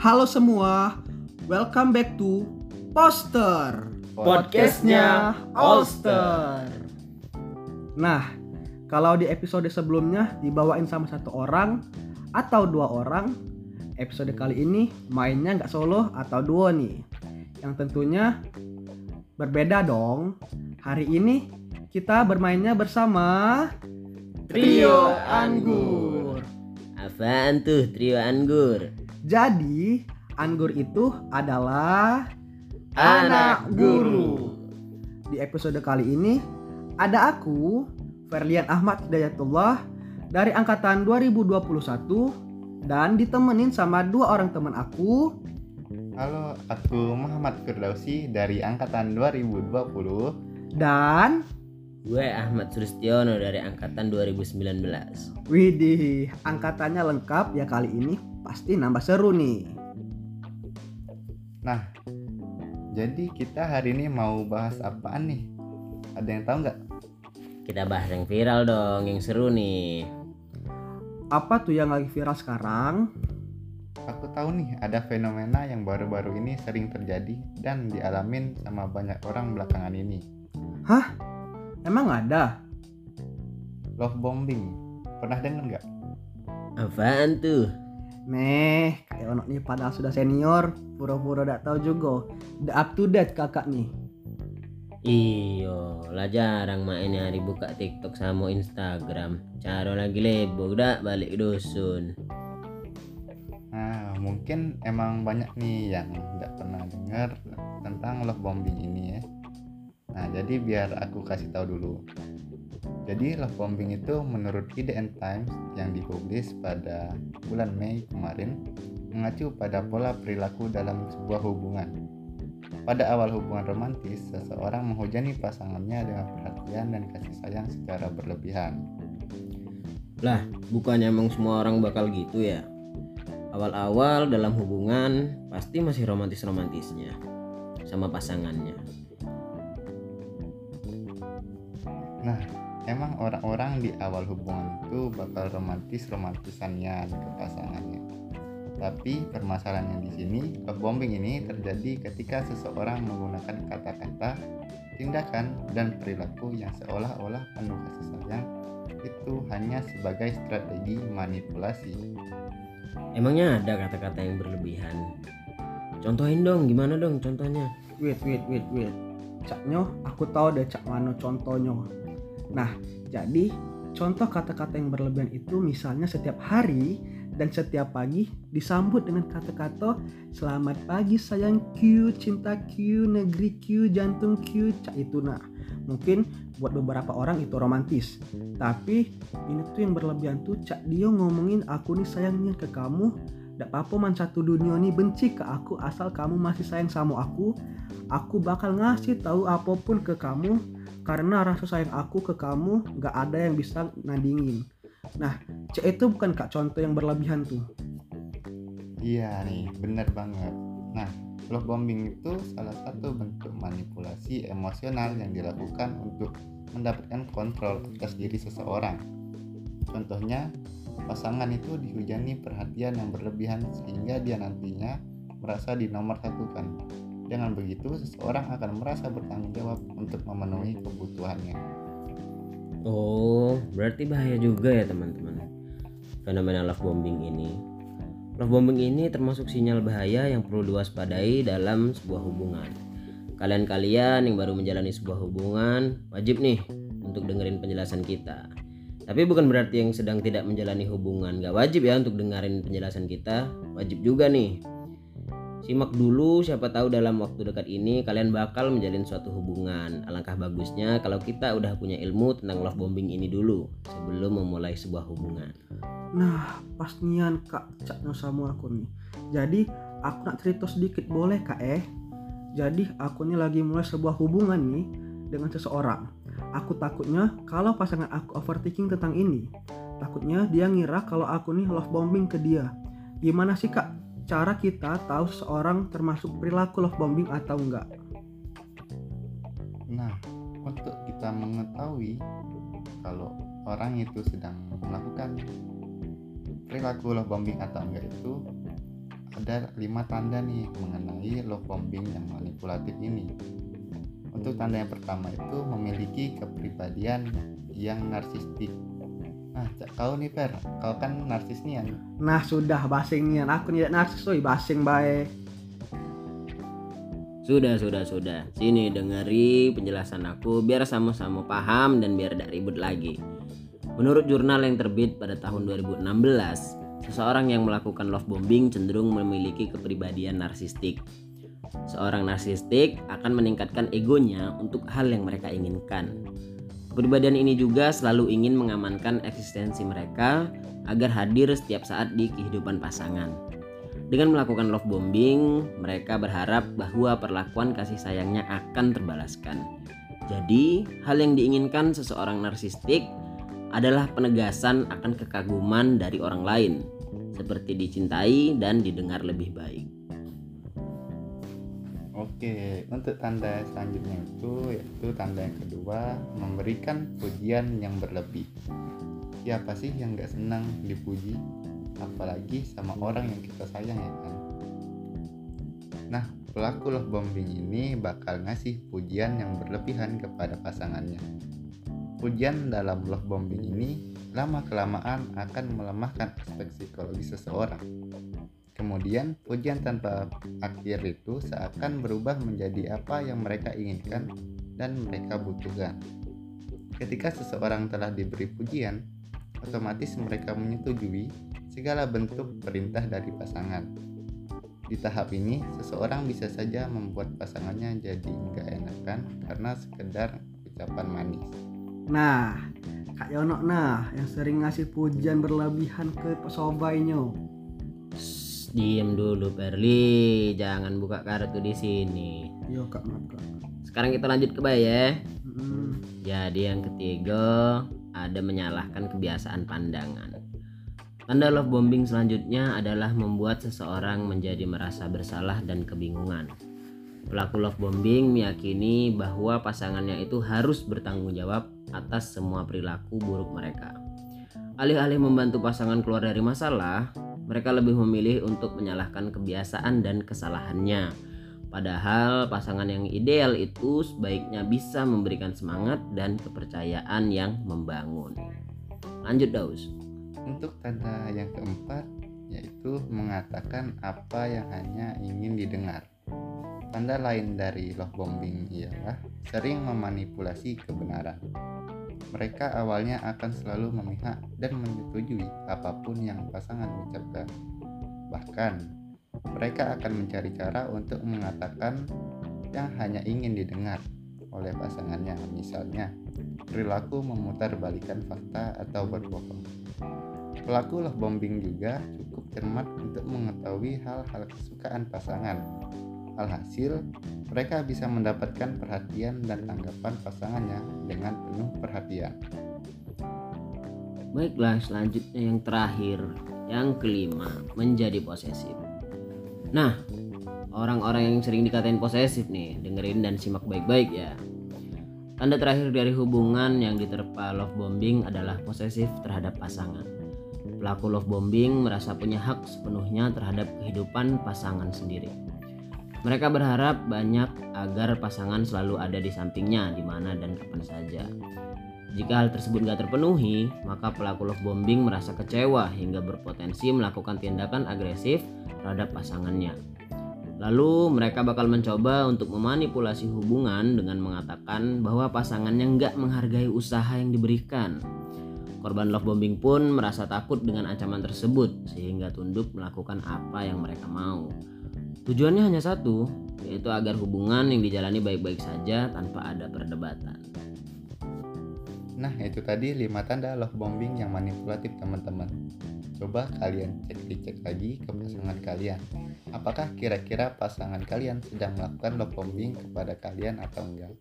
Halo semua, welcome back to Poster Podcastnya Allster. Nah, kalau di episode sebelumnya dibawain sama satu orang atau dua orang, episode kali ini mainnya nggak solo atau duo nih. Yang tentunya berbeda dong. Hari ini kita bermainnya bersama Trio Anggur. Apaan tuh trio anggur? Jadi, anggur itu adalah Anak guru. Di episode kali ini ada aku, Ferlian Ahmad Hidayatullah dari angkatan 2021 dan ditemenin sama dua orang teman aku. Halo, aku Muhammad Firdausi dari angkatan 2020. Dan Gue Ahmad Sulistiono dari angkatan 2019. widih, angkatannya lengkap ya kali ini, pasti nambah seru nih. Nah, jadi kita hari ini mau bahas apaan nih? Ada yang tahu nggak? Kita bahas yang viral dong, yang seru nih. Apa tuh yang lagi viral sekarang? Aku tahu nih ada fenomena yang baru-baru ini sering terjadi dan dialamin sama banyak orang belakangan ini. Hah? Emang ada? Love bombing. Pernah dengar nggak? Apaan tuh? Kayak ono nih padahal sudah senior, pura-pura gak tahu juga. Udah up to date kakak nih. Iyo, lah jarang main hari buka TikTok sama Instagram. Caro lagi lebo, udah balik dusun. Nah, mungkin emang banyak nih yang nggak pernah dengar tentang love bombing ini ya. Nah, jadi biar aku kasih tahu dulu. Jadi love bombing itu menurut IDN Times yang dipublis pada bulan Mei kemarin mengacu pada pola perilaku dalam sebuah hubungan. Pada awal hubungan romantis, seseorang menghujani pasangannya dengan perhatian dan kasih sayang secara berlebihan. Lah, bukannya emang semua orang bakal gitu ya? Awal-awal dalam hubungan pasti masih romantis-romantisnya sama pasangannya. Nah, emang orang-orang di awal hubungan itu bakal romantisannya ke pasangannya. Tapi permasalahannya di sini, love bombing ini terjadi ketika seseorang menggunakan kata-kata, tindakan, dan perilaku yang seolah-olah penuh kasih sayang itu hanya sebagai strategi manipulasi. Emangnya ada kata-kata yang berlebihan? Contohin dong, gimana dong contohnya? Wait. Caknya, aku tahu deh cak mana contohnya. Nah, jadi contoh kata-kata yang berlebihan itu misalnya setiap hari dan setiap pagi disambut dengan kata-kata selamat pagi sayang Q, cinta Q, negeri Q, jantung Q, cak itu. Nah, mungkin buat beberapa orang itu romantis, tapi ini tuh yang berlebihan tuh cak dia ngomongin aku nih sayangnya ke kamu, gak apa-apa man satu dunia nih benci ke aku asal kamu masih sayang sama aku bakal ngasih tahu apapun ke kamu karena rasa sayang aku ke kamu gak ada yang bisa nandingin. Nah, cek itu bukan kak contoh yang berlebihan tuh. Iya nih, bener banget. Nah, love bombing itu salah satu bentuk manipulasi emosional yang dilakukan untuk mendapatkan kontrol atas diri seseorang. Contohnya, pasangan itu dihujani perhatian yang berlebihan sehingga dia nantinya merasa dinomorsatukan. Dengan begitu, seseorang akan merasa bertanggung jawab untuk memenuhi kebutuhannya. Oh, berarti bahaya juga ya teman-teman. Fenomena love bombing ini. Love bombing ini termasuk sinyal bahaya yang perlu diwaspadai dalam sebuah hubungan. Kalian-kalian yang baru menjalani sebuah hubungan, wajib nih untuk dengerin penjelasan kita. Tapi bukan berarti yang sedang tidak menjalani hubungan gak wajib ya untuk dengerin penjelasan kita. Wajib juga nih. Simak dulu, siapa tahu dalam waktu dekat ini kalian bakal menjalin suatu hubungan. Alangkah bagusnya kalau kita udah punya ilmu tentang love bombing ini dulu sebelum memulai sebuah hubungan. Nah, pas nian kak caknya sama aku nih. Jadi aku nak cerita sedikit boleh kak? Jadi aku nih lagi mulai sebuah hubungan nih dengan seseorang. Aku takutnya kalau pasangan aku overthinking tentang ini. Takutnya dia ngira kalau aku nih love bombing ke dia. Gimana sih kak cara kita tahu seseorang termasuk perilaku love bombing atau enggak? Nah, untuk kita mengetahui kalau orang itu sedang melakukan perilaku love bombing atau enggak itu ada 5 tanda nih mengenai love bombing yang manipulatif ini. Untuk tanda yang pertama itu memiliki kepribadian yang narsistik. Nah, kau nih Per, kau kan narsis nih ya. Nah sudah basing nian, aku tidak narsis oi, basing bae. Sudah. Sini dengeri penjelasan aku biar sama-sama paham dan biar tidak ribut lagi. Menurut jurnal yang terbit pada tahun 2016, seseorang yang melakukan love bombing cenderung memiliki kepribadian narsistik. Seorang narsistik akan meningkatkan egonya untuk hal yang mereka inginkan. Kepribadian ini juga selalu ingin mengamankan eksistensi mereka agar hadir setiap saat di kehidupan pasangan. Dengan melakukan love bombing, mereka berharap bahwa perlakuan kasih sayangnya akan terbalaskan. Jadi, hal yang diinginkan seseorang narsistik adalah penegasan akan kekaguman dari orang lain, seperti dicintai dan didengar lebih baik. Oke, untuk tanda selanjutnya itu yaitu tanda yang kedua, memberikan pujian yang berlebih. Siapa sih yang gak senang dipuji? Apalagi sama orang yang kita sayang ya kan. Nah, pelaku love bombing ini bakal ngasih pujian yang berlebihan kepada pasangannya. Pujian dalam love bombing ini lama-kelamaan akan melemahkan aspek psikologis seseorang. Kemudian pujian tanpa akhir itu seakan berubah menjadi apa yang mereka inginkan dan mereka butuhkan. Ketika seseorang telah diberi pujian, otomatis mereka menyetujui segala bentuk perintah dari pasangan. Di tahap ini, seseorang bisa saja membuat pasangannya jadi nggak enakan karena sekedar ucapan manis. Nah, Kak Yono yang sering ngasih pujian berlebihan ke pesobainya. Diem dulu Perli, jangan buka kartu di sini. Yo Kak, maaf Kak. Sekarang kita lanjut ke Bay ya. Jadi yang ketiga ada menyalahkan kebiasaan pandangan. Tanda love bombing selanjutnya adalah membuat seseorang menjadi merasa bersalah dan kebingungan. Pelaku love bombing meyakini bahwa pasangannya itu harus bertanggung jawab atas semua perilaku buruk mereka. Alih-alih membantu pasangan keluar dari masalah, mereka lebih memilih untuk menyalahkan kebiasaan dan kesalahannya. Padahal pasangan yang ideal itu sebaiknya bisa memberikan semangat dan kepercayaan yang membangun. Lanjut Daus. Untuk tanda yang keempat yaitu mengatakan apa yang hanya ingin didengar. Tanda lain dari love bombing ialah sering memanipulasi kebenaran. Mereka awalnya akan selalu memihak dan menyetujui apapun yang pasangan ucapkan. Bahkan, mereka akan mencari cara untuk mengatakan yang hanya ingin didengar oleh pasangannya, misalnya perilaku memutarbalikkan fakta atau berbohong. Pelaku love bombing juga cukup cermat untuk mengetahui hal-hal kesukaan pasangan. Alhasil, mereka bisa mendapatkan perhatian dan tanggapan pasangannya dengan penuh perhatian. Baiklah, selanjutnya yang terakhir, yang kelima, menjadi posesif. Nah, orang-orang yang sering dikatain posesif nih, dengerin dan simak baik-baik ya. Tanda terakhir dari hubungan yang diterpa love bombing adalah posesif terhadap pasangan. Pelaku love bombing merasa punya hak sepenuhnya terhadap kehidupan pasangan sendiri. Mereka berharap banyak agar pasangan selalu ada di sampingnya di mana dan kapan saja. Jika hal tersebut gak terpenuhi, maka pelaku love bombing merasa kecewa hingga berpotensi melakukan tindakan agresif terhadap pasangannya. Lalu mereka bakal mencoba untuk memanipulasi hubungan dengan mengatakan bahwa pasangannya gak menghargai usaha yang diberikan. Korban love bombing pun merasa takut dengan ancaman tersebut sehingga tunduk melakukan apa yang mereka mau. Tujuannya hanya satu, yaitu agar hubungan yang dijalani baik-baik saja tanpa ada perdebatan. Nah, itu tadi 5 tanda love bombing yang manipulatif teman-teman. Coba kalian cek lagi ke pasangan kalian. Apakah kira-kira pasangan kalian sedang melakukan love bombing kepada kalian atau enggak?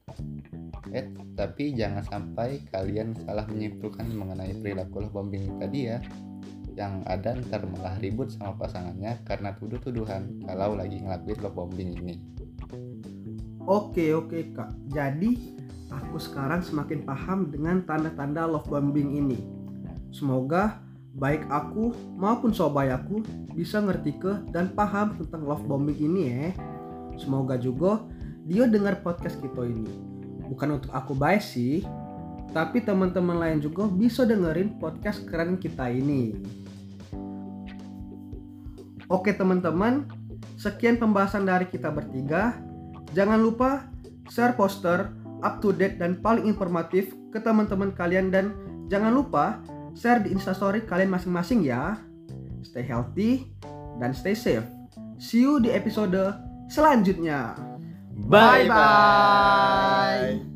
Tapi jangan sampai kalian salah menyimpulkan mengenai perilaku love bombing tadi ya. Yang ada ntar malah ribut sama pasangannya karena tuduh-tuduhan kalau lagi ngelakuin love bombing ini. Oke Kak, jadi aku sekarang semakin paham dengan tanda-tanda love bombing ini. Semoga baik aku maupun sobat aku bisa ngerti ke dan paham tentang love bombing ini ya. Semoga juga dia dengar podcast kita ini. Bukan untuk aku baik sih, tapi teman-teman lain juga bisa dengerin podcast keren kita ini. Oke teman-teman, sekian pembahasan dari kita bertiga. Jangan lupa share poster up to date dan paling informatif ke teman-teman kalian, dan jangan lupa share di Instastory kalian masing-masing ya. Stay healthy dan stay safe. See you di episode selanjutnya. Bye bye.